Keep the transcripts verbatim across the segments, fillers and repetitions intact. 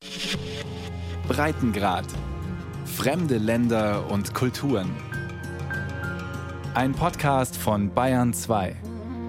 Breitengrad. Fremde Länder und Kulturen. Ein Podcast von Bayern zwei.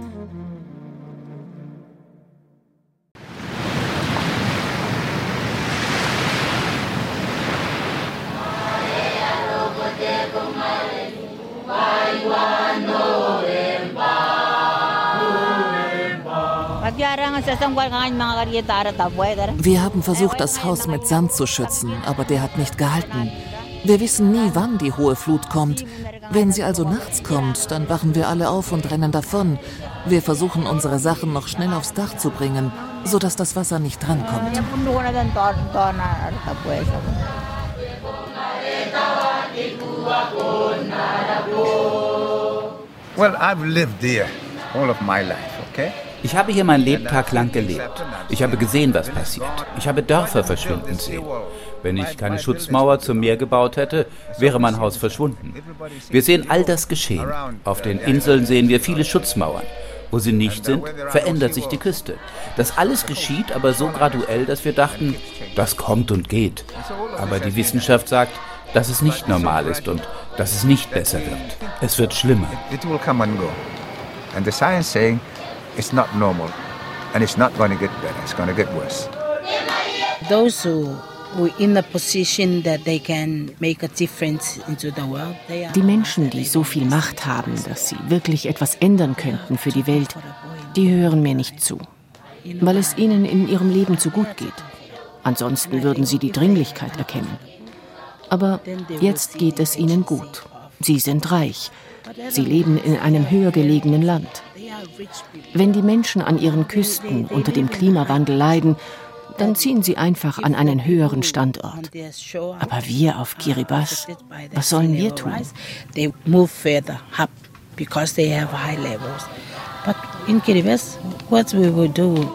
Wir haben versucht, das Haus mit Sand zu schützen, aber der hat nicht gehalten. Wir wissen nie, wann die hohe Flut kommt. Wenn sie also nachts kommt, dann wachen wir alle auf und rennen davon. Wir versuchen, unsere Sachen noch schnell aufs Dach zu bringen, sodass das Wasser nicht drankommt. Well, I've lived here all of my life, okay? Ich habe hier mein Lebtag lang gelebt. Ich habe gesehen, was passiert. Ich habe Dörfer verschwinden sehen. Wenn ich keine Schutzmauer zum Meer gebaut hätte, wäre mein Haus verschwunden. Wir sehen all das geschehen. Auf den Inseln sehen wir viele Schutzmauern. Wo sie nicht sind, verändert sich die Küste. Das alles geschieht aber so graduell, dass wir dachten, das kommt und geht. Aber die Wissenschaft sagt, dass es nicht normal ist und dass es nicht besser wird. Es wird schlimmer. It will come and go. And the science saying it's not normal and it's not going to get better. It's going to get worse. Those who were in a position that they can make a difference into the world. Die Menschen, die so viel Macht haben, dass sie wirklich etwas ändern könnten für die Welt, die hören mir nicht zu, weil es ihnen in ihrem Leben zu gut geht. Ansonsten würden sie die Dringlichkeit erkennen. Aber jetzt geht es ihnen gut. Sie sind reich. Sie leben in einem höher gelegenen Land. Wenn die Menschen an ihren Küsten unter dem Klimawandel leiden, dann ziehen sie einfach an einen höheren Standort. Aber wir auf Kiribati, was sollen wir tun? They move further up because they have high levels. But in Kiribati, what we will do?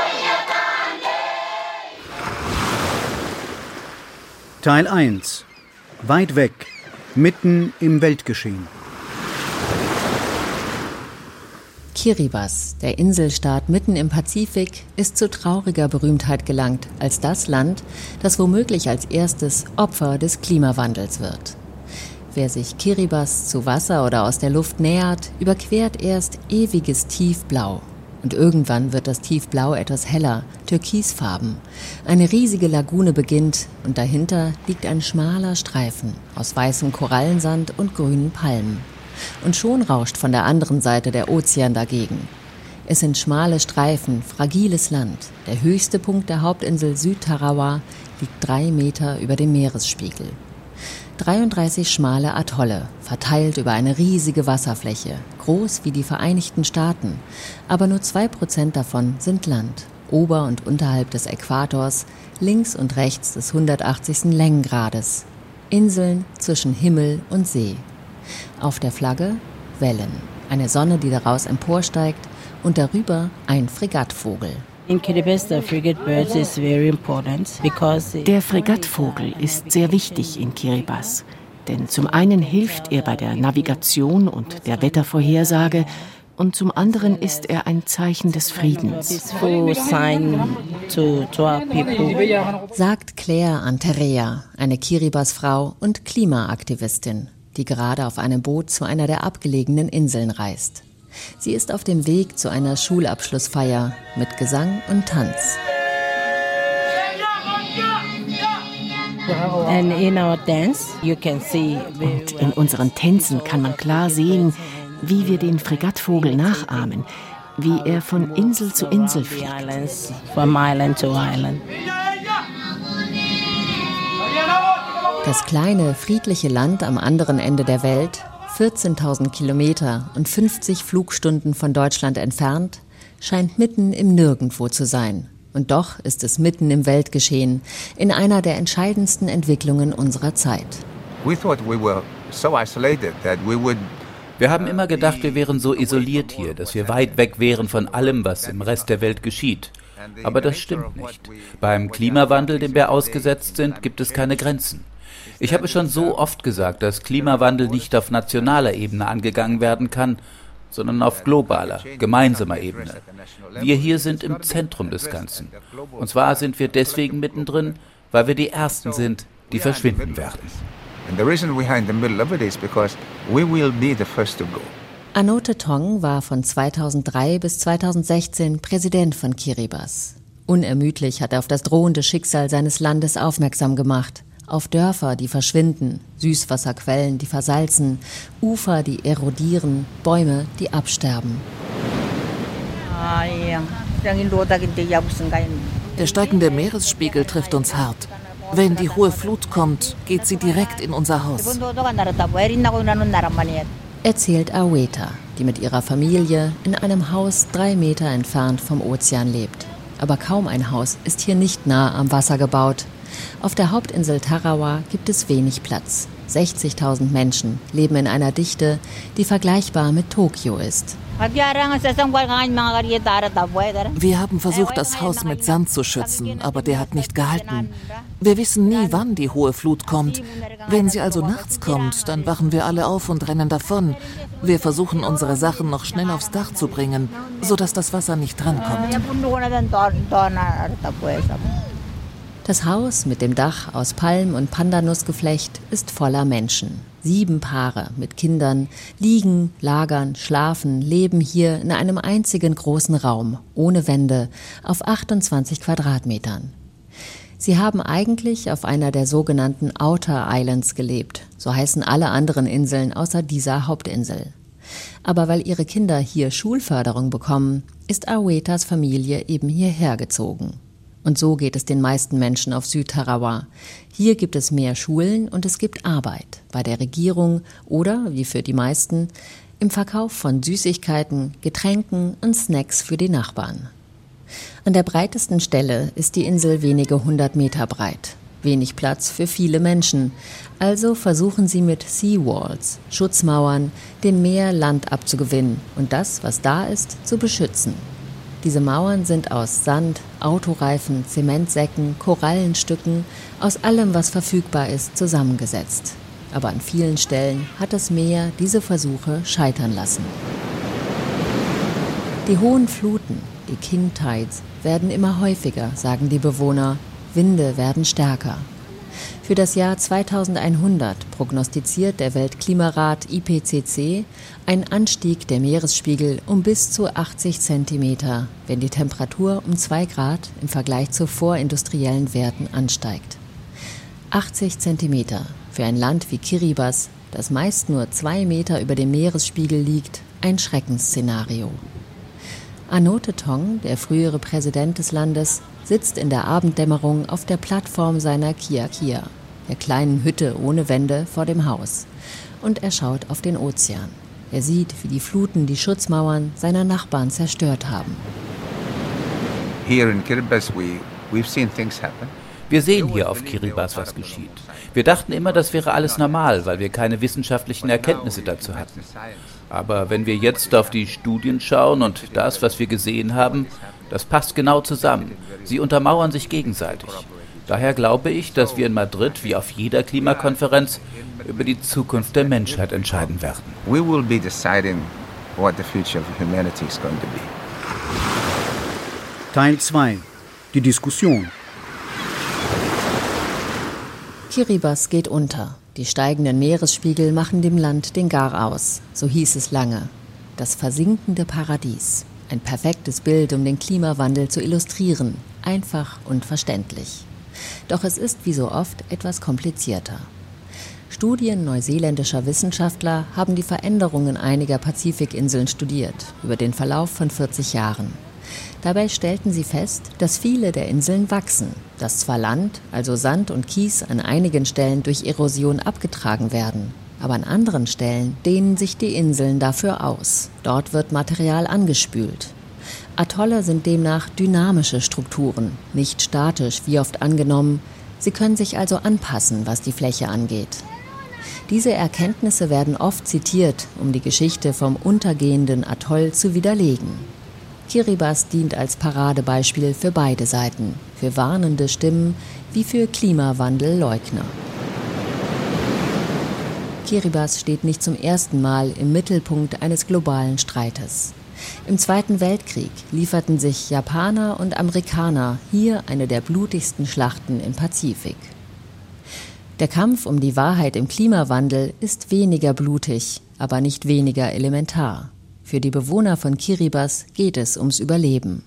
Teil eins. Weit weg, mitten im Weltgeschehen. Kiribati, der Inselstaat mitten im Pazifik, ist zu trauriger Berühmtheit gelangt als das Land, das womöglich als erstes Opfer des Klimawandels wird. Wer sich Kiribati zu Wasser oder aus der Luft nähert, überquert erst ewiges Tiefblau. Und irgendwann wird das Tiefblau etwas heller, türkisfarben. Eine riesige Lagune beginnt und dahinter liegt ein schmaler Streifen aus weißem Korallensand und grünen Palmen. Und schon rauscht von der anderen Seite der Ozean dagegen. Es sind schmale Streifen, fragiles Land. Der höchste Punkt der Hauptinsel Südtarawa liegt drei Meter über dem Meeresspiegel. dreiunddreißig schmale Atolle, verteilt über eine riesige Wasserfläche, groß wie die Vereinigten Staaten. Aber nur zwei Prozent davon sind Land, ober- und unterhalb des Äquators, links und rechts des hundertachtzigsten Längengrades. Inseln zwischen Himmel und See. Auf der Flagge Wellen, eine Sonne, die daraus emporsteigt, und darüber ein Fregattvogel. Der Fregattvogel ist sehr wichtig in Kiribati, denn zum einen hilft er bei der Navigation und der Wettervorhersage und zum anderen ist er ein Zeichen des Friedens. Sagt Claire Anterea, eine Kiribati-Frau und Klimaaktivistin, die gerade auf einem Boot zu einer der abgelegenen Inseln reist. Sie ist auf dem Weg zu einer Schulabschlussfeier mit Gesang und Tanz. And in our dance, you can see und in unseren Tänzen kann man klar sehen, wie wir den Fregattvogel nachahmen, wie er von Insel zu Insel fliegt. From island to island. Das kleine, friedliche Land am anderen Ende der Welt, vierzehntausend Kilometer und fünfzig Flugstunden von Deutschland entfernt, scheint mitten im Nirgendwo zu sein. Und doch ist es mitten im Weltgeschehen, in einer der entscheidendsten Entwicklungen unserer Zeit. We thought we were so isolated that we would Wir haben immer gedacht, wir wären so isoliert hier, dass wir weit weg wären von allem, was im Rest der Welt geschieht. Aber das stimmt nicht. Beim Klimawandel, dem wir ausgesetzt sind, gibt es keine Grenzen. Ich habe schon so oft gesagt, dass Klimawandel nicht auf nationaler Ebene angegangen werden kann, sondern auf globaler, gemeinsamer Ebene. Wir hier sind im Zentrum des Ganzen. Und zwar sind wir deswegen mittendrin, weil wir die Ersten sind, die verschwinden werden. Anote Tong war von zweitausenddrei bis zweitausendsechzehn Präsident von Kiribati. Unermüdlich hat er auf das drohende Schicksal seines Landes aufmerksam gemacht. Auf Dörfer, die verschwinden, Süßwasserquellen, die versalzen, Ufer, die erodieren, Bäume, die absterben. Der steigende Meeresspiegel trifft uns hart. Wenn die hohe Flut kommt, geht sie direkt in unser Haus. Erzählt Aweta, die mit ihrer Familie in einem Haus drei Meter entfernt vom Ozean lebt. Aber kaum ein Haus ist hier nicht nah am Wasser gebaut. Auf der Hauptinsel Tarawa gibt es wenig Platz. sechzigtausend Menschen leben in einer Dichte, die vergleichbar mit Tokio ist. Wir haben versucht, das Haus mit Sand zu schützen, aber der hat nicht gehalten. Wir wissen nie, wann die hohe Flut kommt. Wenn sie also nachts kommt, dann wachen wir alle auf und rennen davon. Wir versuchen, unsere Sachen noch schnell aufs Dach zu bringen, sodass das Wasser nicht drankommt. Das Haus mit dem Dach aus Palm- und Pandanusgeflecht ist voller Menschen. Sieben Paare mit Kindern liegen, lagern, schlafen, leben hier in einem einzigen großen Raum, ohne Wände, auf achtundzwanzig Quadratmetern. Sie haben eigentlich auf einer der sogenannten Outer Islands gelebt, so heißen alle anderen Inseln außer dieser Hauptinsel. Aber weil ihre Kinder hier Schulförderung bekommen, ist Awetas Familie eben hierher gezogen. Und so geht es den meisten Menschen auf Südtarawa. Hier gibt es mehr Schulen und es gibt Arbeit bei der Regierung oder, wie für die meisten, im Verkauf von Süßigkeiten, Getränken und Snacks für die Nachbarn. An der breitesten Stelle ist die Insel wenige hundert Meter breit. Wenig Platz für viele Menschen. Also versuchen sie mit Seawalls, Schutzmauern, dem Meer Land abzugewinnen und das, was da ist, zu beschützen. Diese Mauern sind aus Sand, Autoreifen, Zementsäcken, Korallenstücken, aus allem, was verfügbar ist, zusammengesetzt. Aber an vielen Stellen hat das Meer diese Versuche scheitern lassen. Die hohen Fluten, die King Tides, werden immer häufiger, sagen die Bewohner. Winde werden stärker. Für das Jahr zweitausendeinhundert prognostiziert der Weltklimarat I P C C einen Anstieg der Meeresspiegel um bis zu achtzig Zentimeter, wenn die Temperatur um zwei Grad im Vergleich zu vorindustriellen Werten ansteigt. achtzig Zentimeter für ein Land wie Kiribati, das meist nur zwei Meter über dem Meeresspiegel liegt, ein Schreckensszenario. Anote Tong, der frühere Präsident des Landes, sitzt in der Abenddämmerung auf der Plattform seiner Kia Kia, der kleinen Hütte ohne Wände vor dem Haus. Und er schaut auf den Ozean. Er sieht, wie die Fluten die Schutzmauern seiner Nachbarn zerstört haben. Here in Kiribati, we, we've seen things happen. Wir sehen hier auf Kiribati, was geschieht. Wir dachten immer, das wäre alles normal, weil wir keine wissenschaftlichen Erkenntnisse dazu hatten. Aber wenn wir jetzt auf die Studien schauen und das, was wir gesehen haben, das passt genau zusammen. Sie untermauern sich gegenseitig. Daher glaube ich, dass wir in Madrid, wie auf jeder Klimakonferenz, über die Zukunft der Menschheit entscheiden werden. We will be deciding what the future of humanity is going to be. Teil zwei. Die Diskussion. Kiribati geht unter. Die steigenden Meeresspiegel machen dem Land den Gar aus. So hieß es lange. Das versinkende Paradies. Ein perfektes Bild, um den Klimawandel zu illustrieren. Einfach und verständlich. Doch es ist wie so oft etwas komplizierter. Studien neuseeländischer Wissenschaftler haben die Veränderungen einiger Pazifikinseln studiert, über den Verlauf von vierzig Jahren. Dabei stellten sie fest, dass viele der Inseln wachsen, dass zwar Land, also Sand und Kies, an einigen Stellen durch Erosion abgetragen werden, aber an anderen Stellen dehnen sich die Inseln dafür aus. Dort wird Material angespült. Atolle sind demnach dynamische Strukturen, nicht statisch, wie oft angenommen. Sie können sich also anpassen, was die Fläche angeht. Diese Erkenntnisse werden oft zitiert, um die Geschichte vom untergehenden Atoll zu widerlegen. Kiribati dient als Paradebeispiel für beide Seiten, für warnende Stimmen wie für Klimawandelleugner. Kiribati steht nicht zum ersten Mal im Mittelpunkt eines globalen Streites. Im Zweiten Weltkrieg lieferten sich Japaner und Amerikaner hier eine der blutigsten Schlachten im Pazifik. Der Kampf um die Wahrheit im Klimawandel ist weniger blutig, aber nicht weniger elementar. Für die Bewohner von Kiribati geht es ums Überleben.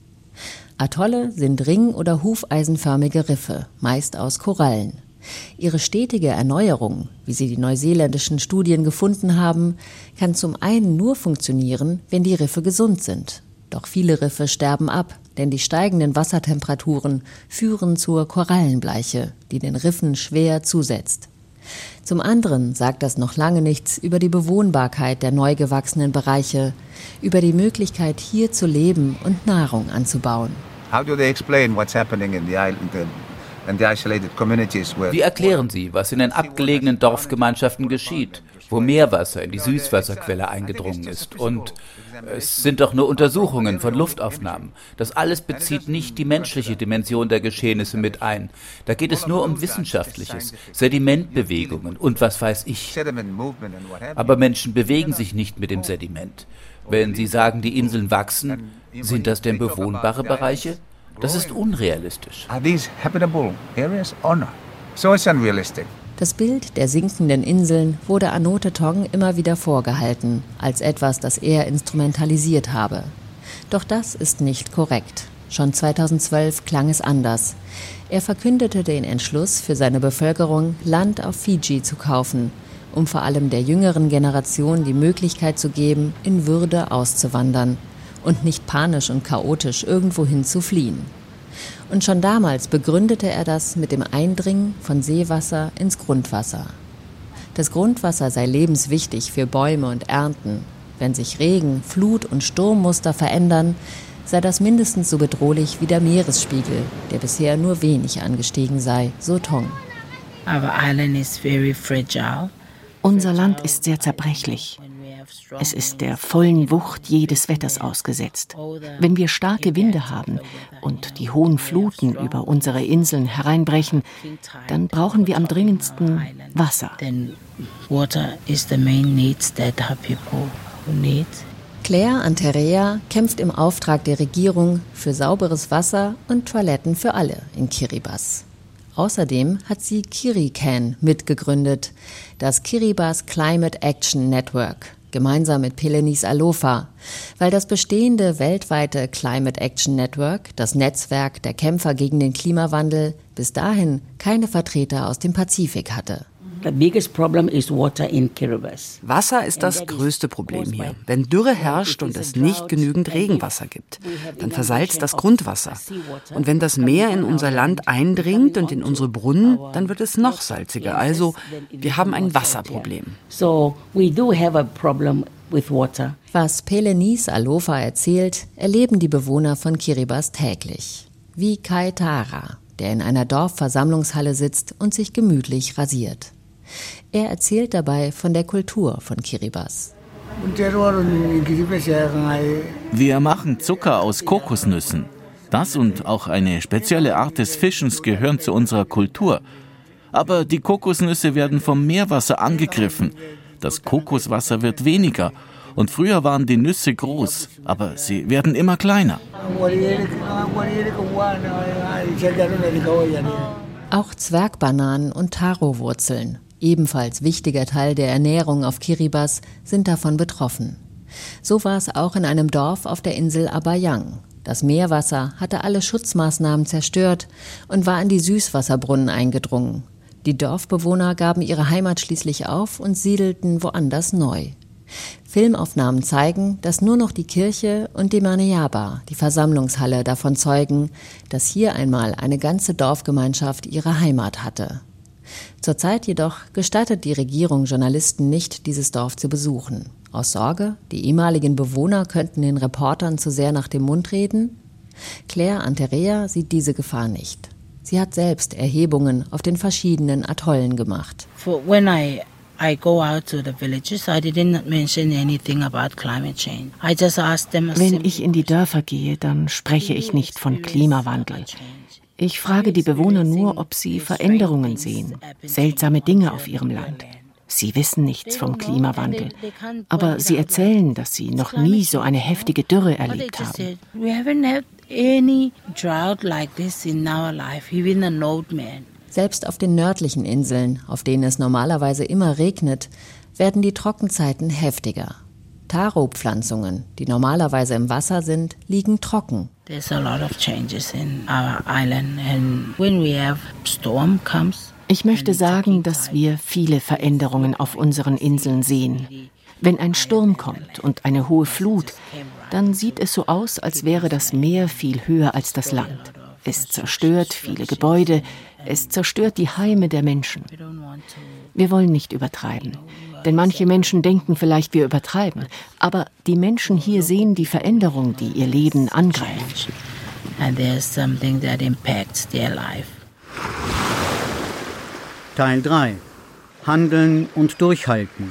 Atolle sind ring- oder hufeisenförmige Riffe, meist aus Korallen. Ihre stetige Erneuerung, wie sie die neuseeländischen Studien gefunden haben, kann zum einen nur funktionieren, wenn die Riffe gesund sind. Doch viele Riffe sterben ab, denn die steigenden Wassertemperaturen führen zur Korallenbleiche, die den Riffen schwer zusetzt. Zum anderen sagt das noch lange nichts über die Bewohnbarkeit der neu gewachsenen Bereiche, über die Möglichkeit, hier zu leben und Nahrung anzubauen. How do they explain what's happening in the island and the isolated communities where... Wie erklären Sie, was in den abgelegenen Dorfgemeinschaften geschieht, wo Meerwasser in die Süßwasserquelle eingedrungen ist? Und es sind doch nur Untersuchungen von Luftaufnahmen. Das alles bezieht nicht die menschliche Dimension der Geschehnisse mit ein. Da geht es nur um Wissenschaftliches, Sedimentbewegungen und was weiß ich. Aber Menschen bewegen sich nicht mit dem Sediment. Wenn Sie sagen, die Inseln wachsen, sind das denn bewohnbare Bereiche? Das ist unrealistisch. Are these habitable areas or not? So it's unrealistic. Das Bild der sinkenden Inseln wurde Anote Tong immer wieder vorgehalten, als etwas, das er instrumentalisiert habe. Doch das ist nicht korrekt. Schon zweitausendzwölf klang es anders. Er verkündete den Entschluss für seine Bevölkerung, Land auf Fidschi zu kaufen, um vor allem der jüngeren Generation die Möglichkeit zu geben, in Würde auszuwandern und nicht panisch und chaotisch irgendwohin zu fliehen. Und schon damals begründete er das mit dem Eindringen von Seewasser ins Grundwasser. Das Grundwasser sei lebenswichtig für Bäume und Ernten. Wenn sich Regen, Flut und Sturmmuster verändern, sei das mindestens so bedrohlich wie der Meeresspiegel, der bisher nur wenig angestiegen sei, so Tong. Our island is very fragile. Unser Land ist sehr zerbrechlich. Es ist der vollen Wucht jedes Wetters ausgesetzt. Wenn wir starke Winde haben und die hohen Fluten über unsere Inseln hereinbrechen, dann brauchen wir am dringendsten Wasser. Claire Anterea kämpft im Auftrag der Regierung für sauberes Wasser und Toiletten für alle in Kiribati. Außerdem hat sie KiriCan mitgegründet, das Kiribati Climate Action Network, gemeinsam mit Pelenis Alofa, weil das bestehende weltweite Climate Action Network, das Netzwerk der Kämpfer gegen den Klimawandel, bis dahin keine Vertreter aus dem Pazifik hatte. Wasser ist das größte Problem hier. Wenn Dürre herrscht und es nicht genügend Regenwasser gibt, dann versalzt das Grundwasser. Und wenn das Meer in unser Land eindringt und in unsere Brunnen, dann wird es noch salziger. Also, wir haben ein Wasserproblem. Was Pelenis Alofa erzählt, erleben die Bewohner von Kiribati täglich. Wie Kai Tara, der in einer Dorfversammlungshalle sitzt und sich gemütlich rasiert. Er erzählt dabei von der Kultur von Kiribati. Wir machen Zucker aus Kokosnüssen. Das und auch eine spezielle Art des Fischens gehören zu unserer Kultur. Aber die Kokosnüsse werden vom Meerwasser angegriffen. Das Kokoswasser wird weniger. Und früher waren die Nüsse groß, aber sie werden immer kleiner. Auch Zwergbananen und Taro-Wurzeln, ebenfalls wichtiger Teil der Ernährung auf Kiribati, sind davon betroffen. So war es auch in einem Dorf auf der Insel Abayang. Das Meerwasser hatte alle Schutzmaßnahmen zerstört und war in die Süßwasserbrunnen eingedrungen. Die Dorfbewohner gaben ihre Heimat schließlich auf und siedelten woanders neu. Filmaufnahmen zeigen, dass nur noch die Kirche und die Maniaba, die Versammlungshalle, davon zeugen, dass hier einmal eine ganze Dorfgemeinschaft ihre Heimat hatte. Zurzeit jedoch gestattet die Regierung Journalisten nicht, dieses Dorf zu besuchen. Aus Sorge, die ehemaligen Bewohner könnten den Reportern zu sehr nach dem Mund reden? Claire Anterea sieht diese Gefahr nicht. Sie hat selbst Erhebungen auf den verschiedenen Atollen gemacht. For when I I go out to the villages, I didn't mention anything about climate change. I just asked them. Wenn ich in die Dörfer gehe, dann spreche ich nicht von Klimawandel. Ich frage die Bewohner nur, ob sie Veränderungen sehen, seltsame Dinge auf ihrem Land. Sie wissen nichts vom Klimawandel, aber sie erzählen, dass sie noch nie so eine heftige Dürre erlebt haben. Selbst auf den nördlichen Inseln, auf denen es normalerweise immer regnet, werden die Trockenzeiten heftiger. Taro-Pflanzungen, die normalerweise im Wasser sind, liegen trocken. Ich möchte sagen, dass wir viele Veränderungen auf unseren Inseln sehen. Wenn ein Sturm kommt und eine hohe Flut, dann sieht es so aus, als wäre das Meer viel höher als das Land. Es zerstört viele Gebäude, es zerstört die Heime der Menschen. Wir wollen nicht übertreiben, denn manche Menschen denken vielleicht, wir übertreiben. Aber die Menschen hier sehen die Veränderung, die ihr Leben angreift. Teil drei. Handeln und Durchhalten.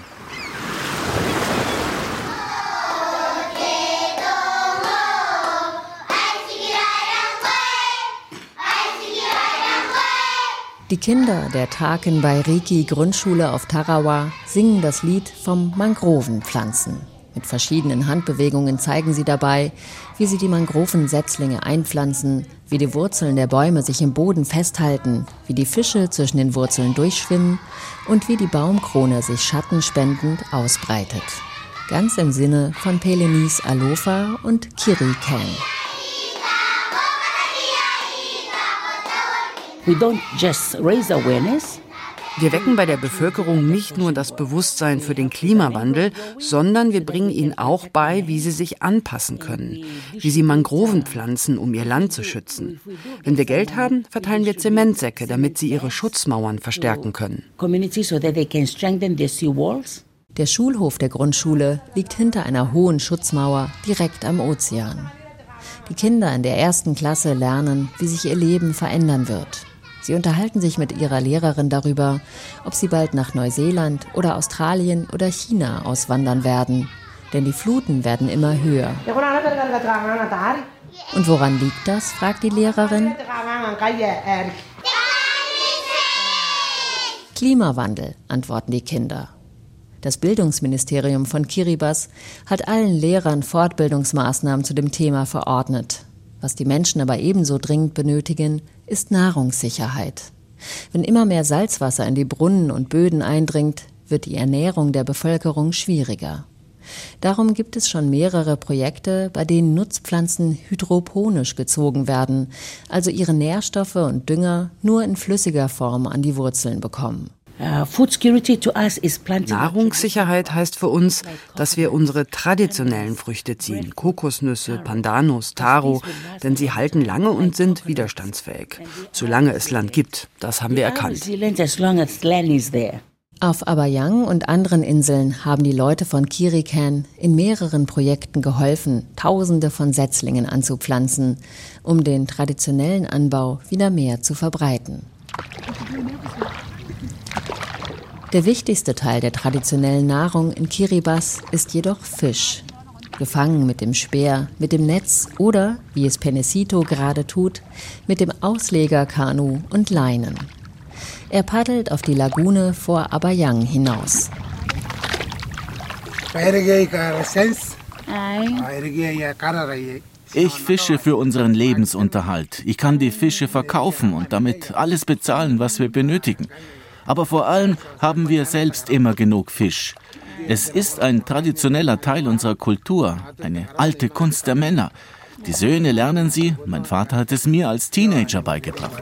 Die Kinder der Taken Bairiki Grundschule auf Tarawa singen das Lied vom Mangrovenpflanzen. Mit verschiedenen Handbewegungen zeigen sie dabei, wie sie die Mangrovensetzlinge einpflanzen, wie die Wurzeln der Bäume sich im Boden festhalten, wie die Fische zwischen den Wurzeln durchschwimmen und wie die Baumkrone sich schattenspendend ausbreitet. Ganz im Sinne von Pelenis Alofa und Kiri Ken. We don't just raise awareness. Wir wecken bei der Bevölkerung nicht nur das Bewusstsein für den Klimawandel, sondern wir bringen ihnen auch bei, wie sie sich anpassen können, wie sie Mangroven pflanzen, um ihr Land zu schützen. Wenn wir Geld haben, verteilen wir Zementsäcke, damit sie ihre Schutzmauern verstärken können. Der Schulhof der Grundschule liegt hinter einer hohen Schutzmauer direkt am Ozean. Die Kinder in der ersten Klasse lernen, wie sich ihr Leben verändern wird. Sie unterhalten sich mit ihrer Lehrerin darüber, ob sie bald nach Neuseeland oder Australien oder China auswandern werden. Denn die Fluten werden immer höher. Und woran liegt das, fragt die Lehrerin. Klimawandel, antworten die Kinder. Das Bildungsministerium von Kiribati hat allen Lehrern Fortbildungsmaßnahmen zu dem Thema verordnet. Was die Menschen aber ebenso dringend benötigen, ist Nahrungssicherheit. Wenn immer mehr Salzwasser in die Brunnen und Böden eindringt, wird die Ernährung der Bevölkerung schwieriger. Darum gibt es schon mehrere Projekte, bei denen Nutzpflanzen hydroponisch gezogen werden, also ihre Nährstoffe und Dünger nur in flüssiger Form an die Wurzeln bekommen. Nahrungssicherheit heißt für uns, dass wir unsere traditionellen Früchte ziehen, Kokosnüsse, Pandanus, Taro, denn sie halten lange und sind widerstandsfähig. Solange es Land gibt, das haben wir erkannt. Auf Abayang und anderen Inseln haben die Leute von Kiri Ken in mehreren Projekten geholfen, Tausende von Setzlingen anzupflanzen, um den traditionellen Anbau wieder mehr zu verbreiten. Der wichtigste Teil der traditionellen Nahrung in Kiribati ist jedoch Fisch. Gefangen mit dem Speer, mit dem Netz oder, wie es Penesito gerade tut, mit dem Auslegerkanu und Leinen. Er paddelt auf die Lagune vor Abayang hinaus. Ich fische für unseren Lebensunterhalt. Ich kann die Fische verkaufen und damit alles bezahlen, was wir benötigen. Aber vor allem haben wir selbst immer genug Fisch. Es ist ein traditioneller Teil unserer Kultur, eine alte Kunst der Männer. Die Söhne lernen sie, mein Vater hat es mir als Teenager beigebracht.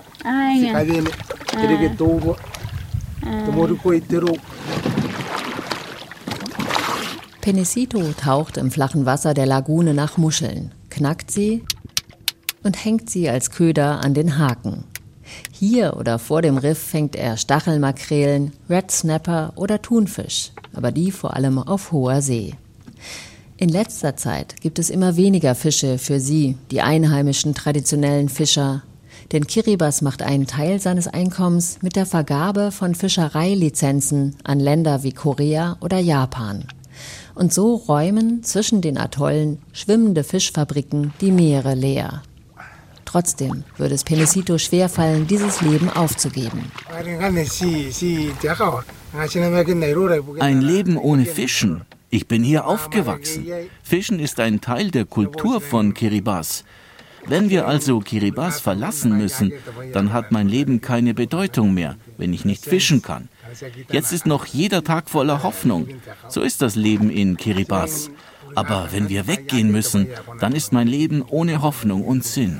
Penesito taucht im flachen Wasser der Lagune nach Muscheln, knackt sie und hängt sie als Köder an den Haken. Hier oder vor dem Riff fängt er Stachelmakrelen, Red Snapper oder Thunfisch, aber die vor allem auf hoher See. In letzter Zeit gibt es immer weniger Fische für sie, die einheimischen traditionellen Fischer. Denn Kiribati macht einen Teil seines Einkommens mit der Vergabe von Fischereilizenzen an Länder wie Korea oder Japan. Und so räumen zwischen den Atollen schwimmende Fischfabriken die Meere leer. Trotzdem würde es Penesito schwerfallen, dieses Leben aufzugeben. Ein Leben ohne Fischen. Ich bin hier aufgewachsen. Fischen ist ein Teil der Kultur von Kiribati. Wenn wir also Kiribati verlassen müssen, dann hat mein Leben keine Bedeutung mehr, wenn ich nicht fischen kann. Jetzt ist noch jeder Tag voller Hoffnung. So ist das Leben in Kiribati. Aber wenn wir weggehen müssen, dann ist mein Leben ohne Hoffnung und Sinn.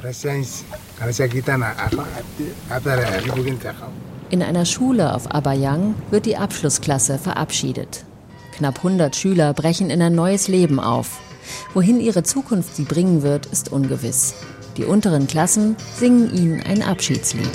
In einer Schule auf Abayang wird die Abschlussklasse verabschiedet. Knapp hundert Schüler brechen in ein neues Leben auf. Wohin ihre Zukunft sie bringen wird, ist ungewiss. Die unteren Klassen singen ihnen ein Abschiedslied.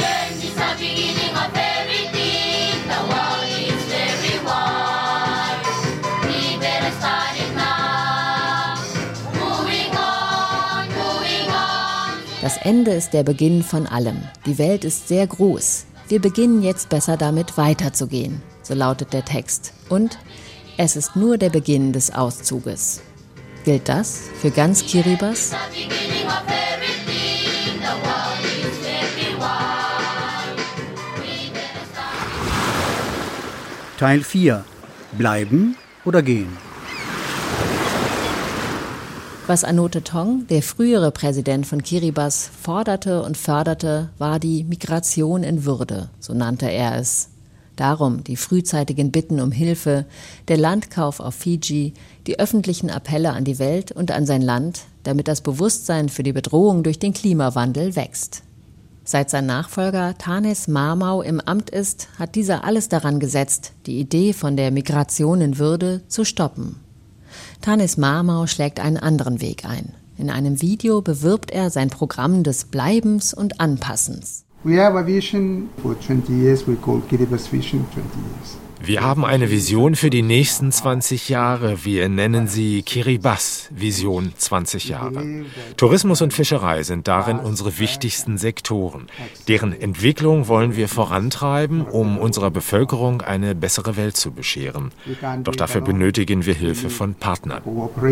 Das Ende ist der Beginn von allem. Die Welt ist sehr groß. Wir beginnen jetzt besser damit weiterzugehen, so lautet der Text. Und es ist nur der Beginn des Auszuges. Gilt das für ganz Kiribati? Teil vier. Bleiben oder gehen? Was Anote Tong, der frühere Präsident von Kiribati, forderte und förderte, war die Migration in Würde, so nannte er es. Darum die frühzeitigen Bitten um Hilfe, der Landkauf auf Fiji, die öffentlichen Appelle an die Welt und an sein Land, damit das Bewusstsein für die Bedrohung durch den Klimawandel wächst. Seit sein Nachfolger Thanes Mamau im Amt ist, hat dieser alles daran gesetzt, die Idee von der Migration in Würde zu stoppen. Thanes Mamau schlägt einen anderen Weg ein. In einem Video bewirbt er sein Programm des Bleibens und Anpassens. We have a vision for twenty years, we call Kiribati Vision twenty years. Wir haben eine Vision für die nächsten zwanzig Jahre. Wir nennen sie Kiribati Vision zwanzig Jahre. Tourismus und Fischerei sind darin unsere wichtigsten Sektoren. Deren Entwicklung wollen wir vorantreiben, um unserer Bevölkerung eine bessere Welt zu bescheren. Doch dafür benötigen wir Hilfe von Partnern.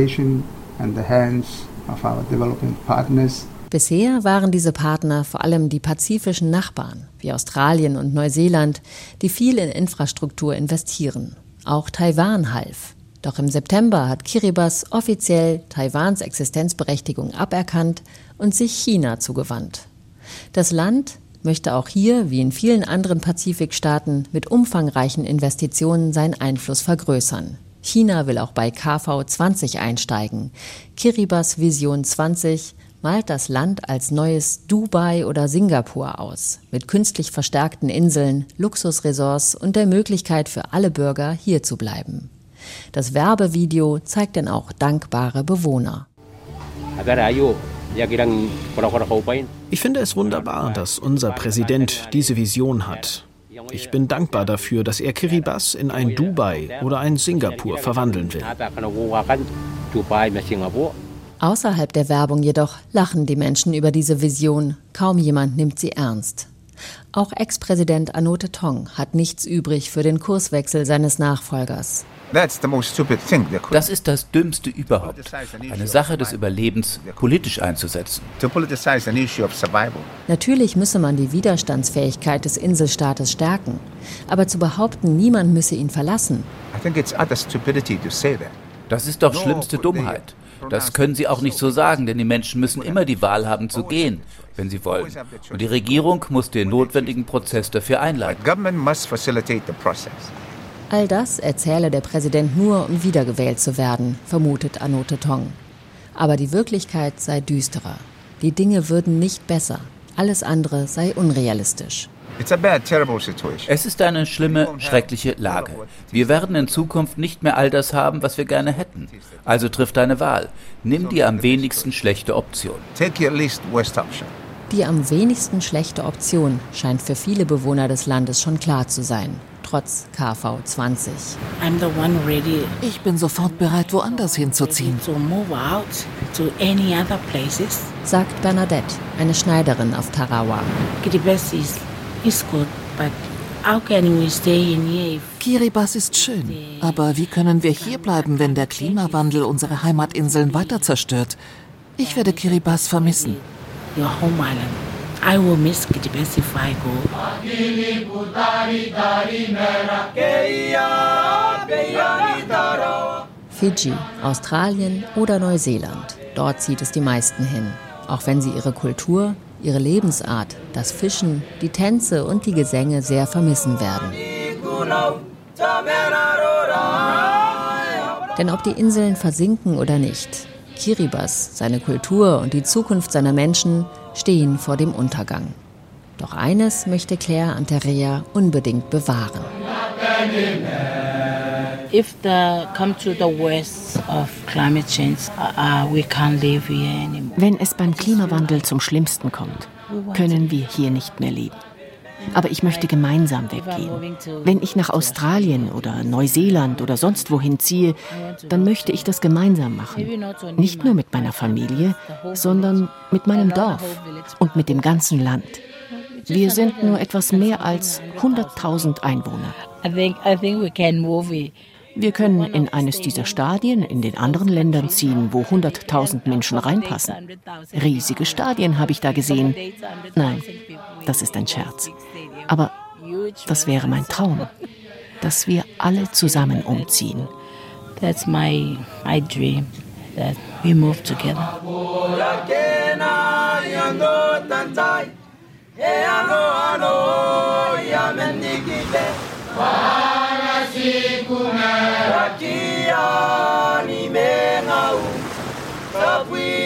Bisher waren diese Partner vor allem die pazifischen Nachbarn, wie Australien und Neuseeland, die viel in Infrastruktur investieren. Auch Taiwan half. Doch im September hat Kiribati offiziell Taiwans Existenzberechtigung aberkannt und sich China zugewandt. Das Land möchte auch hier, wie in vielen anderen Pazifikstaaten, mit umfangreichen Investitionen seinen Einfluss vergrößern. China will auch bei K V zwanzig einsteigen. Kiribati Vision zwanzig malt das Land als neues Dubai oder Singapur aus, mit künstlich verstärkten Inseln, Luxusresorts und der Möglichkeit für alle Bürger, hier zu bleiben. Das Werbevideo zeigt dann auch dankbare Bewohner. Ich finde es wunderbar, dass unser Präsident diese Vision hat. Ich bin dankbar dafür, dass er Kiribati in ein Dubai oder ein Singapur verwandeln will. Außerhalb der Werbung jedoch lachen die Menschen über diese Vision. Kaum jemand nimmt sie ernst. Auch Ex-Präsident Anote Tong hat nichts übrig für den Kurswechsel seines Nachfolgers. Das ist das Dümmste überhaupt, eine Sache des Überlebens politisch einzusetzen. Natürlich müsse man die Widerstandsfähigkeit des Inselstaates stärken. Aber zu behaupten, niemand müsse ihn verlassen. Das ist doch schlimmste Dummheit. Das können Sie auch nicht so sagen, denn die Menschen müssen immer die Wahl haben zu gehen, wenn sie wollen. Und die Regierung muss den notwendigen Prozess dafür einleiten. All das erzähle der Präsident nur, um wiedergewählt zu werden, vermutet Anote Tong. Aber die Wirklichkeit sei düsterer. Die Dinge würden nicht besser. Alles andere sei unrealistisch. Es ist eine schlimme, schreckliche Lage. Wir werden in Zukunft nicht mehr all das haben, was wir gerne hätten. Also triff deine Wahl. Nimm die am wenigsten schlechte Option. Die am wenigsten schlechte Option scheint für viele Bewohner des Landes schon klar zu sein. Trotz K V zwanzig. Ich bin sofort bereit, woanders hinzuziehen, sagt Bernadette, eine Schneiderin auf Tarawa. Kiribati ist schön, aber wie können wir hier bleiben, wenn der Klimawandel unsere Heimatinseln weiter zerstört? Ich werde Kiribati vermissen. I will miss Kiribati if I go. Fidschi, Australien oder Neuseeland. Dort zieht es die meisten hin. Auch wenn sie ihre Kultur, ihre Lebensart, das Fischen, die Tänze und die Gesänge sehr vermissen werden. Denn ob die Inseln versinken oder nicht, Kiribati, seine Kultur und die Zukunft seiner Menschen stehen vor dem Untergang. Doch eines möchte Claire Anterea unbedingt bewahren. If the come to the worst of climate change, uh, we can't live here anymore. Wenn es beim Klimawandel zum Schlimmsten kommt, können wir hier nicht mehr leben. Aber ich möchte gemeinsam weggehen. Wenn ich nach Australien oder Neuseeland oder sonst wohin ziehe, dann möchte ich das gemeinsam machen. Nicht nur mit meiner Familie, sondern mit meinem Dorf und mit dem ganzen Land. Wir sind nur etwas mehr als hunderttausend Einwohner. Wir können in eines dieser Stadien in den anderen Ländern ziehen, wo hunderttausend Menschen reinpassen. Riesige Stadien habe ich da gesehen. Nein, das ist ein Scherz. Aber das wäre mein Traum, dass wir alle zusammen umziehen. That's my, my dream, that we move together. Rakia ni mengau, tapi